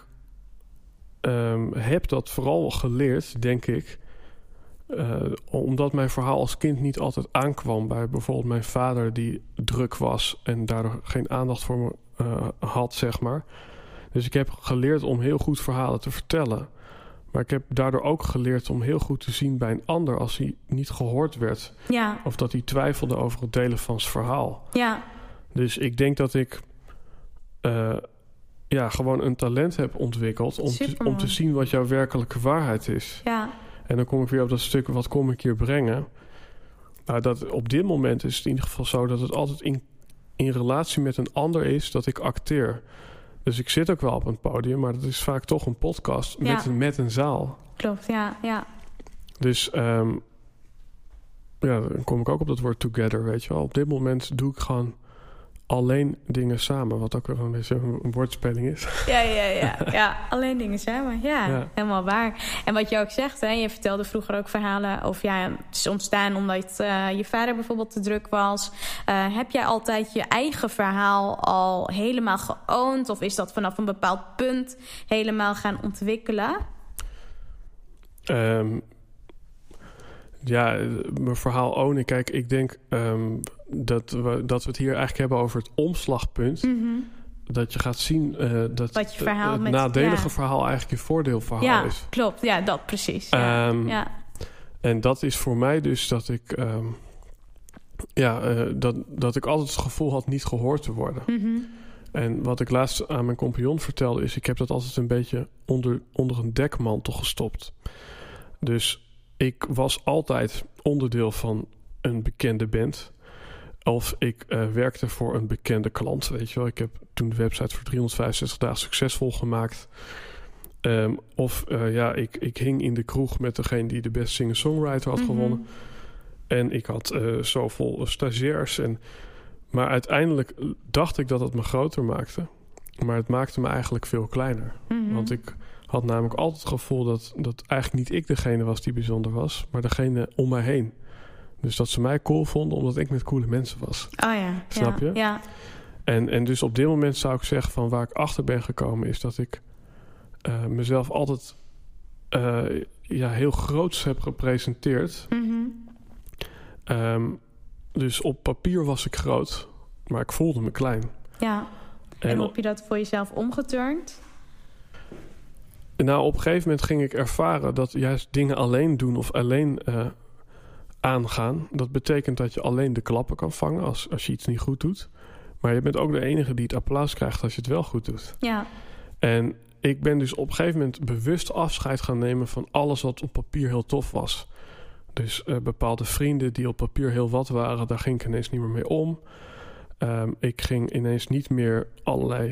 heb dat vooral geleerd, denk ik, omdat mijn verhaal als kind niet altijd aankwam bij bijvoorbeeld mijn vader die druk was en daardoor geen aandacht voor me had, zeg maar. Dus ik heb geleerd om heel goed verhalen te vertellen. Maar ik heb daardoor ook geleerd om heel goed te zien bij een ander als hij niet gehoord werd. Ja. Of dat hij twijfelde over het delen van zijn verhaal. Ja. Dus ik denk dat ik gewoon een talent heb ontwikkeld om te zien wat jouw werkelijke waarheid is. Ja. En dan kom ik weer op dat stuk, wat kom ik hier brengen? Nou, dat op dit moment is het in ieder geval zo dat het altijd in relatie met een ander is dat ik acteer. Dus ik zit ook wel op een podium, maar dat is vaak toch een podcast met een zaal. Klopt, ja. Dus dan kom ik ook op dat woord together, weet je wel. Op dit moment doe ik gewoon alleen dingen samen, wat ook weer een beetje een woordspeling is. Ja, alleen dingen samen. Ja, helemaal waar. En wat je ook zegt, hè, je vertelde vroeger ook verhalen over het is ontstaan omdat je vader bijvoorbeeld te druk was. Heb jij altijd je eigen verhaal al helemaal geowned? Of is dat vanaf een bepaald punt helemaal gaan ontwikkelen? Mijn verhaal ownen. Kijk, ik denk dat we het hier eigenlijk hebben over het omslagpunt. Mm-hmm. Dat je gaat zien dat wat je verhaal het met, nadelige verhaal eigenlijk je voordeelverhaal is. Ja, klopt. Ja, dat precies. En dat is voor mij dus dat ik... dat ik altijd het gevoel had niet gehoord te worden. Mm-hmm. En wat ik laatst aan mijn compagnon vertelde is... ik heb dat altijd een beetje onder een dekmantel gestopt. Dus ik was altijd onderdeel van een bekende band. Of ik werkte voor een bekende klant, weet je wel. Ik heb toen de website voor 365 dagen succesvol gemaakt. Ik hing in de kroeg met degene die de best singer-songwriter had gewonnen. En ik had zoveel stagiairs. Maar uiteindelijk dacht ik dat het me groter maakte. Maar het maakte me eigenlijk veel kleiner. Mm-hmm. Want ik had namelijk altijd het gevoel dat eigenlijk niet ik degene was die bijzonder was, maar degene om mij heen. Dus dat ze mij cool vonden omdat ik met coole mensen was. Oh ja. Snap je? Ja. En dus op dit moment zou ik zeggen van waar ik achter ben gekomen is dat ik mezelf altijd heel groots heb gepresenteerd. Mm-hmm. Dus op papier was ik groot, maar ik voelde me klein. Ja. En heb je dat voor jezelf omgeturnd? Nou, op een gegeven moment ging ik ervaren dat juist dingen alleen doen of alleen aangaan, dat betekent dat je alleen de klappen kan vangen als je iets niet goed doet. Maar je bent ook de enige die het applaus krijgt als je het wel goed doet. Ja. En ik ben dus op een gegeven moment bewust afscheid gaan nemen van alles wat op papier heel tof was. Dus bepaalde vrienden die op papier heel wat waren, daar ging ik ineens niet meer mee om. Ik ging ineens niet meer allerlei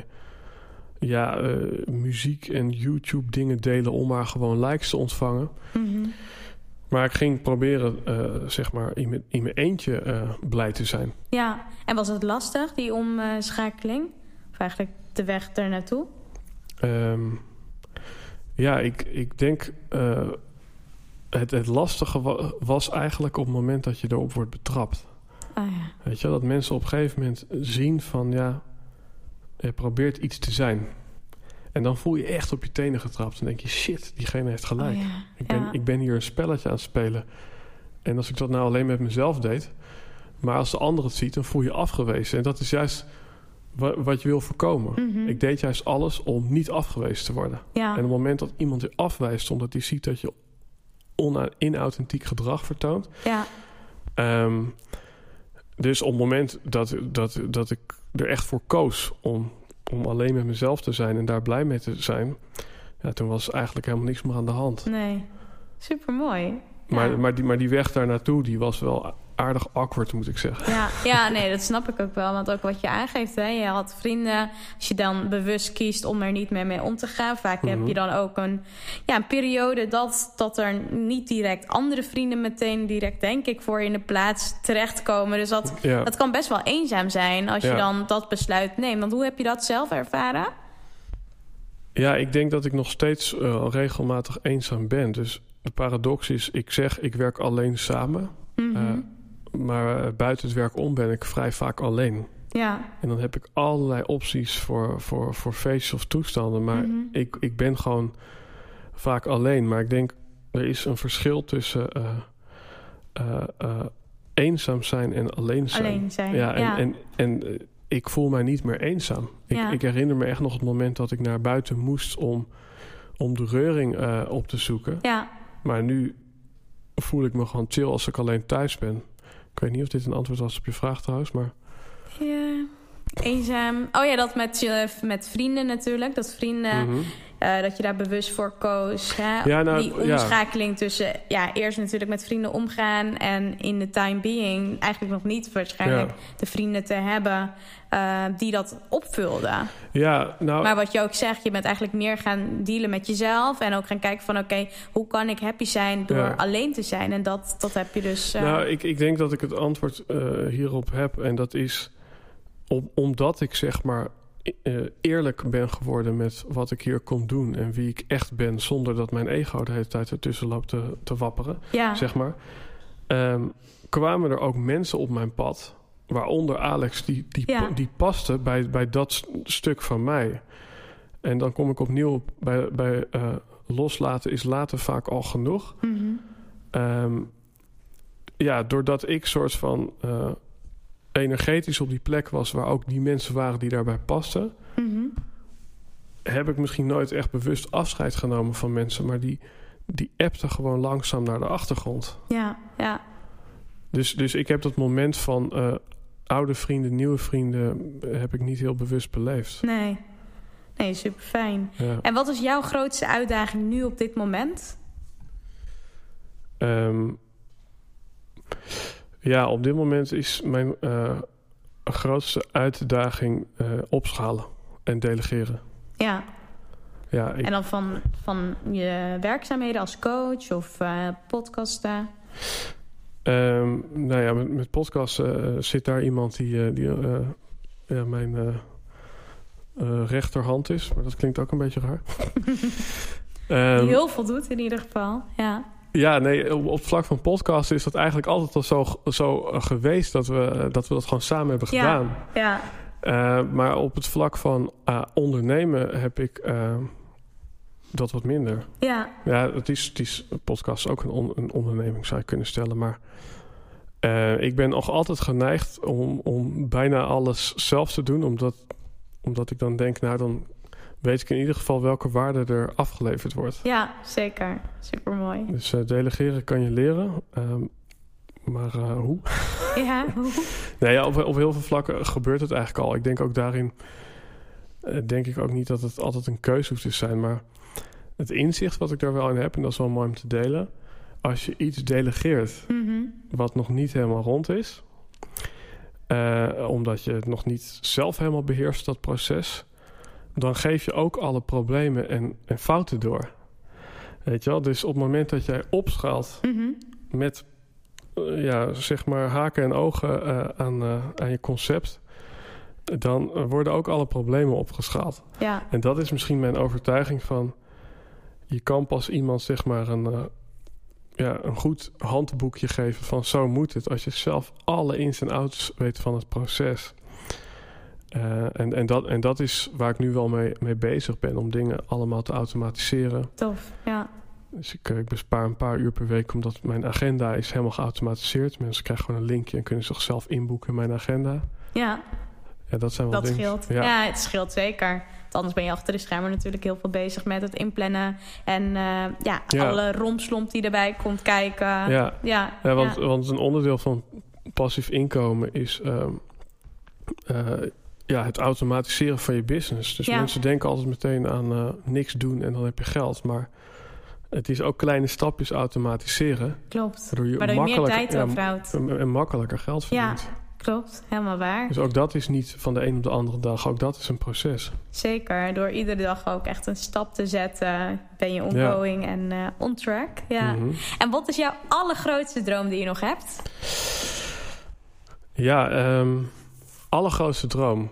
muziek en YouTube dingen delen om maar gewoon likes te ontvangen. Mm-hmm. Maar ik ging proberen, in mijn eentje blij te zijn. Ja, en was het lastig, die omschakeling? Of eigenlijk de weg daar naartoe? Ik denk... Het lastige was eigenlijk op het moment dat je erop wordt betrapt. Oh ja. Weet je, dat mensen op een gegeven moment zien van... je probeert iets te zijn. En dan voel je echt op je tenen getrapt. En denk je, shit, diegene heeft gelijk. Oh ja. Ik ben hier een spelletje aan het spelen. En als ik dat nou alleen met mezelf deed... maar als de ander het ziet, dan voel je afgewezen. En dat is juist wat je wil voorkomen. Mm-hmm. Ik deed juist alles om niet afgewezen te worden. Ja. En op het moment dat iemand je afwijst... omdat hij ziet dat je inauthentiek gedrag vertoont... Ja. Dus op het moment dat ik er echt voor koos... om alleen met mezelf te zijn en daar blij mee te zijn... toen was eigenlijk helemaal niks meer aan de hand. Nee, supermooi. Maar die weg daar naartoe, die was wel aardig awkward, moet ik zeggen. Ja, nee, dat snap ik ook wel. Want ook wat je aangeeft, hè, je had vrienden... als je dan bewust kiest om er niet meer mee om te gaan... vaak heb je dan ook een periode dat er niet direct andere vrienden... meteen direct, denk ik, voor je in de plaats terechtkomen. Dus dat kan best wel eenzaam zijn als je dan dat besluit neemt. Want hoe heb je dat zelf ervaren? Ja, ik denk dat ik nog steeds regelmatig eenzaam ben. Dus de paradox is, ik werk alleen samen... Mm-hmm. Maar buiten het werk om ben ik vrij vaak alleen. Ja. En dan heb ik allerlei opties voor feestjes of toestanden. Maar ik ben gewoon vaak alleen. Maar ik denk, er is een verschil tussen eenzaam zijn en alleen zijn. Alleen zijn, En ik voel mij niet meer eenzaam. Ik herinner me echt nog het moment dat ik naar buiten moest om de reuring op te zoeken. Ja. Maar nu voel ik me gewoon chill als ik alleen thuis ben. Ik weet niet of dit een antwoord was op je vraag trouwens, maar... Ja, eenzaam. Oh ja, dat met vrienden natuurlijk. Dat vrienden, dat je daar bewust voor koos. Hè? Ja, nou, die omschakeling tussen eerst natuurlijk met vrienden omgaan... en in de time being eigenlijk nog niet waarschijnlijk de vrienden te hebben... die dat opvulden. Ja, nou... Maar wat je ook zegt, je bent eigenlijk meer gaan dealen met jezelf... en ook gaan kijken van oké, hoe kan ik happy zijn door alleen te zijn? En dat heb je dus... Nou, ik denk dat ik het antwoord hierop heb. En dat is omdat ik zeg maar eerlijk ben geworden... met wat ik hier kon doen en wie ik echt ben... zonder dat mijn ego de hele tijd ertussen loopt te wapperen, zeg maar. Kwamen er ook mensen op mijn pad... waaronder Alex, die paste bij dat stuk van mij. En dan kom ik opnieuw bij loslaten is later vaak al genoeg. Doordat ik soort van energetisch op die plek was... waar ook die mensen waren die daarbij pasten... heb ik misschien nooit echt bewust afscheid genomen van mensen... maar die appten gewoon langzaam naar de achtergrond. Ja. Dus ik heb dat moment van... oude vrienden, nieuwe vrienden... heb ik niet heel bewust beleefd. Nee, super fijn. Ja. En wat is jouw grootste uitdaging nu op dit moment? Op dit moment is mijn grootste uitdaging... opschalen en delegeren. Ja. En dan van je werkzaamheden als coach of podcasten... met podcasten zit daar iemand die mijn rechterhand is. Maar dat klinkt ook een beetje raar. Die heel veel doet in ieder geval, ja. Ja, nee, op het vlak van podcasten is dat eigenlijk altijd al zo geweest... dat we dat gewoon samen hebben gedaan. Ja. Maar op het vlak van ondernemen heb ik... dat wat minder. Ja. Ja, het is podcast ook een onderneming, zou je kunnen stellen. Maar ik ben nog altijd geneigd om bijna alles zelf te doen. Omdat ik dan denk, dan weet ik in ieder geval welke waarde er afgeleverd wordt. Ja, zeker. Supermooi. Dus delegeren kan je leren. Maar hoe? Ja, hoe? Nee, op heel veel vlakken gebeurt het eigenlijk al. Ik denk ook daarin... denk ik ook niet dat het altijd een keuze hoeft te zijn, maar... Het inzicht wat ik daar wel in heb, en dat is wel mooi om te delen... als je iets delegeert wat nog niet helemaal rond is... omdat je het nog niet zelf helemaal beheerst, dat proces... dan geef je ook alle problemen en fouten door. Weet je wel? Dus op het moment dat jij opschaalt met zeg maar haken en ogen aan je concept... dan worden ook alle problemen opgeschaald. Ja. En dat is misschien mijn overtuiging van... Je kan pas iemand zeg maar een goed handboekje geven van zo moet het. Als je zelf alle ins en outs weet van het proces. En dat is waar ik nu wel mee bezig ben. Om dingen allemaal te automatiseren. Tof, ja. Dus ik bespaar een paar uur per week. Omdat mijn agenda is helemaal geautomatiseerd. Mensen krijgen gewoon een linkje en kunnen zichzelf inboeken in mijn agenda. Ja. Ja, dat zijn wel dingen. Scheelt. Ja, het scheelt zeker. Anders ben je achter de schermen natuurlijk heel veel bezig met het inplannen. En alle rompslomp die erbij komt kijken. Want een onderdeel van passief inkomen is het automatiseren van je business. Dus mensen denken altijd meteen aan niks doen en dan heb je geld. Maar het is ook kleine stapjes automatiseren. Klopt. Waardoor je meer tijd overhoudt. En makkelijker geld verdient. Ja. Klopt, helemaal waar. Dus ook dat is niet van de een op de andere dag. Ook dat is een proces. Zeker, door iedere dag ook echt een stap te zetten... ben je ongoing en on track. Ja. En wat is jouw allergrootste droom die je nog hebt? Ja, allergrootste droom.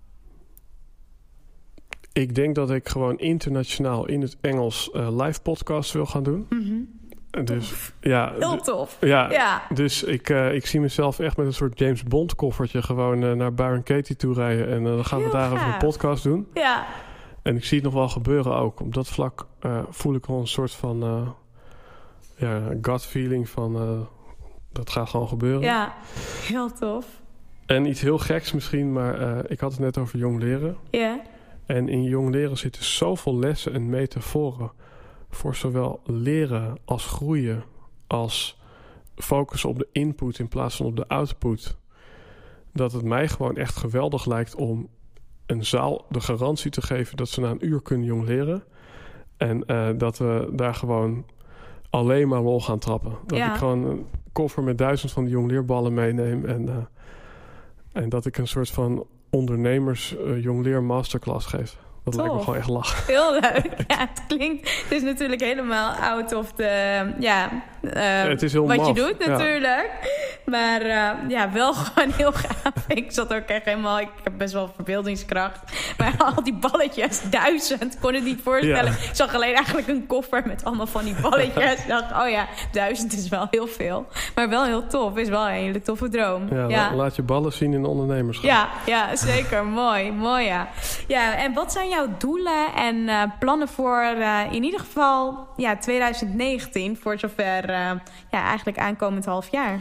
Ik denk dat ik gewoon internationaal in het Engels live podcast wil gaan doen. Dus, heel tof. Ja. Dus ik zie mezelf echt met een soort James Bond koffertje... gewoon naar Byron Katie toe rijden. En dan gaan we daar even een podcast doen. Ja. En ik zie het nog wel gebeuren ook. Op dat vlak voel ik wel een soort van gut feeling van... dat gaat gewoon gebeuren. Ja, heel tof. En iets heel geks misschien, maar ik had het net over jong leren. Ja. En in jong leren zitten zoveel lessen en metaforen voor zowel leren als groeien, als focussen op de input in plaats van op de output. Dat het mij gewoon echt geweldig lijkt om een zaal de garantie te geven dat ze na een uur kunnen jong leren. En dat we daar gewoon alleen maar lol gaan trappen. Dat ik gewoon een koffer met 1000 van die jongleerballen meeneem. En dat ik een soort van ondernemers jongleer masterclass geef. Dat lijkt me gewoon echt lachen. Heel leuk. Ja, het is natuurlijk helemaal out of de... het is heel wat maf. Je doet natuurlijk. Maar wel gewoon heel gaaf. Ik zat ook echt helemaal... Ik heb best wel verbeeldingskracht. Maar al die balletjes, 1000, kon het niet voorstellen. Ik zag alleen eigenlijk een koffer met allemaal van die balletjes. Ik dacht, 1000 is wel heel veel. Maar wel heel tof. Is wel een hele toffe droom. Laat je ballen zien in ondernemerschap. Ja, zeker. Mooi, ja. Ja, en wat zijn jouw doelen en plannen voor in ieder geval 2019, voor zover eigenlijk aankomend half jaar?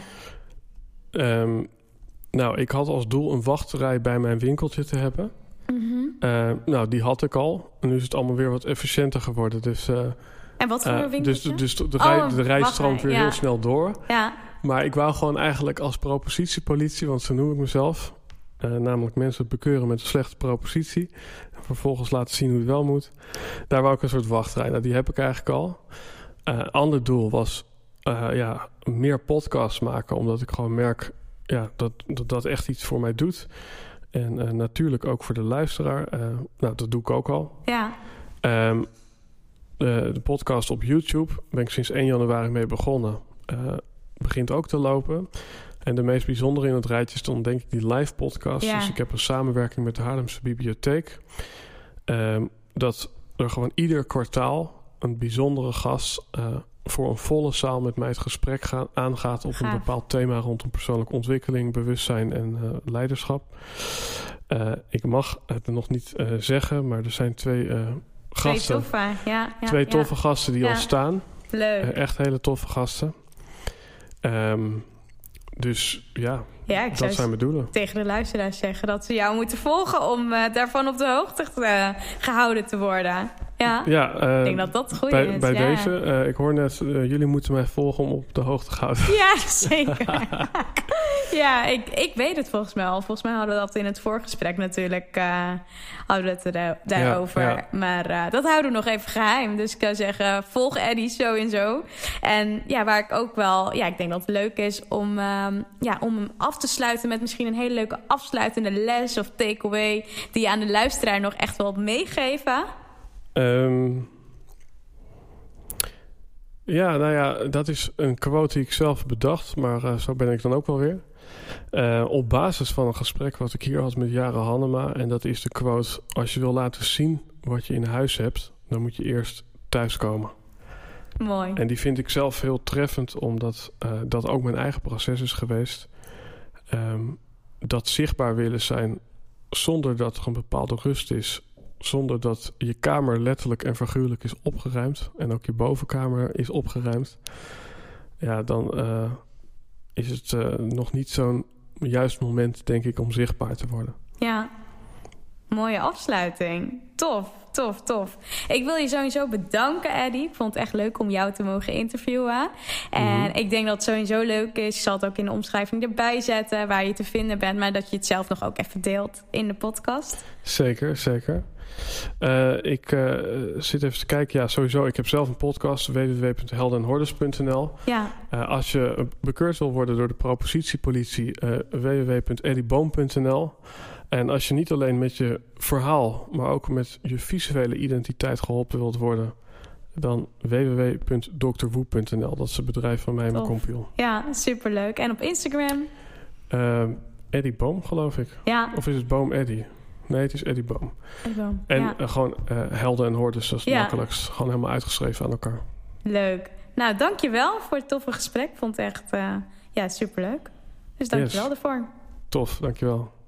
Ik had als doel een wachtrij bij mijn winkeltje te hebben. Mm-hmm. Die had ik al. En nu is het allemaal weer wat efficiënter geworden. Dus, en wat voor een winkeltje? Dus de rij stroomt weer heel snel door. Ja. Maar ik wou gewoon eigenlijk als propositiepolitie, want zo noem ik mezelf... namelijk mensen bekeuren met een slechte propositie. En vervolgens laten zien hoe het wel moet. Daar wou ik een soort wachtrij. Nou, die heb ik eigenlijk al. Ander doel was meer podcasts maken. Omdat ik gewoon merk dat echt iets voor mij doet. En natuurlijk ook voor de luisteraar. Dat doe ik ook al. Ja. De podcast op YouTube ben ik sinds 1 januari mee begonnen. Begint ook te lopen. En de meest bijzondere in het rijtje is dan denk ik die live podcast. Ja. Dus ik heb een samenwerking met de Haarlemse Bibliotheek. Dat er gewoon ieder kwartaal een bijzondere gast voor een volle zaal met mij het gesprek aangaat op een bepaald thema rondom persoonlijke ontwikkeling, bewustzijn en leiderschap. Ik mag het nog niet zeggen, maar er zijn 2 gasten. Twee toffe gasten die al staan. Leuk. Echt hele toffe gasten. Dus dat zijn mijn doelen. Tegen de luisteraars zeggen dat ze jou moeten volgen om daarvan op de hoogte gehouden te worden. Ja, ik denk dat dat goed is. Bij deze, ik hoor net, jullie moeten mij volgen om op de hoogte te houden. Ja, zeker. Ik weet het volgens mij al. Volgens mij hadden we dat in het voorgesprek natuurlijk hadden we het daarover. Ja. Maar dat houden we nog even geheim. Dus ik zou zeggen, volg Eddie zo en zo. En waar ik ook wel... ik denk dat het leuk is om hem af te sluiten met misschien een hele leuke afsluitende les of takeaway die je aan de luisteraar nog echt wel meegeven. Dat is een quote die ik zelf bedacht, maar zo ben ik dan ook wel weer. Op basis van een gesprek wat ik hier had met Jara Hannema. En dat is de quote: als je wil laten zien wat je in huis hebt, dan moet je eerst thuiskomen. Mooi. En die vind ik zelf heel treffend, omdat dat ook mijn eigen proces is geweest. Dat zichtbaar willen zijn zonder dat er een bepaalde rust is. Zonder dat je kamer letterlijk en figuurlijk is opgeruimd. En ook je bovenkamer is opgeruimd. Ja, dan is het nog niet zo'n juist moment, denk ik, om zichtbaar te worden. Ja, mooie afsluiting. Tof. Ik wil je sowieso bedanken, Eddie. Ik vond het echt leuk om jou te mogen interviewen. En ik denk dat het sowieso leuk is. Ik zal het ook in de omschrijving erbij zetten waar je te vinden bent. Maar dat je het zelf nog ook even deelt in de podcast. Zeker. Ik zit even te kijken. Ja, sowieso. Ik heb zelf een podcast. www.heldenenhordes.nl. Ja. Als je bekeurd wil worden door de propositiepolitie. www.eddieboom.nl. En als je niet alleen met je verhaal, maar ook met je visuele identiteit geholpen wilt worden, dan www.drwoe.nl. Dat is het bedrijf van mij en mijn compagnon. Ja, superleuk. En op Instagram? Eddie Boom, geloof ik. Ja. Of is het Boom Eddie? Nee, het is Eddie Boom. En gewoon Helden en Hordes, dat is het makkelijkst. Gewoon helemaal uitgeschreven aan elkaar. Leuk. Nou, dankjewel voor het toffe gesprek. Vond het echt superleuk. Dus dankjewel ervoor. Tof, dankjewel.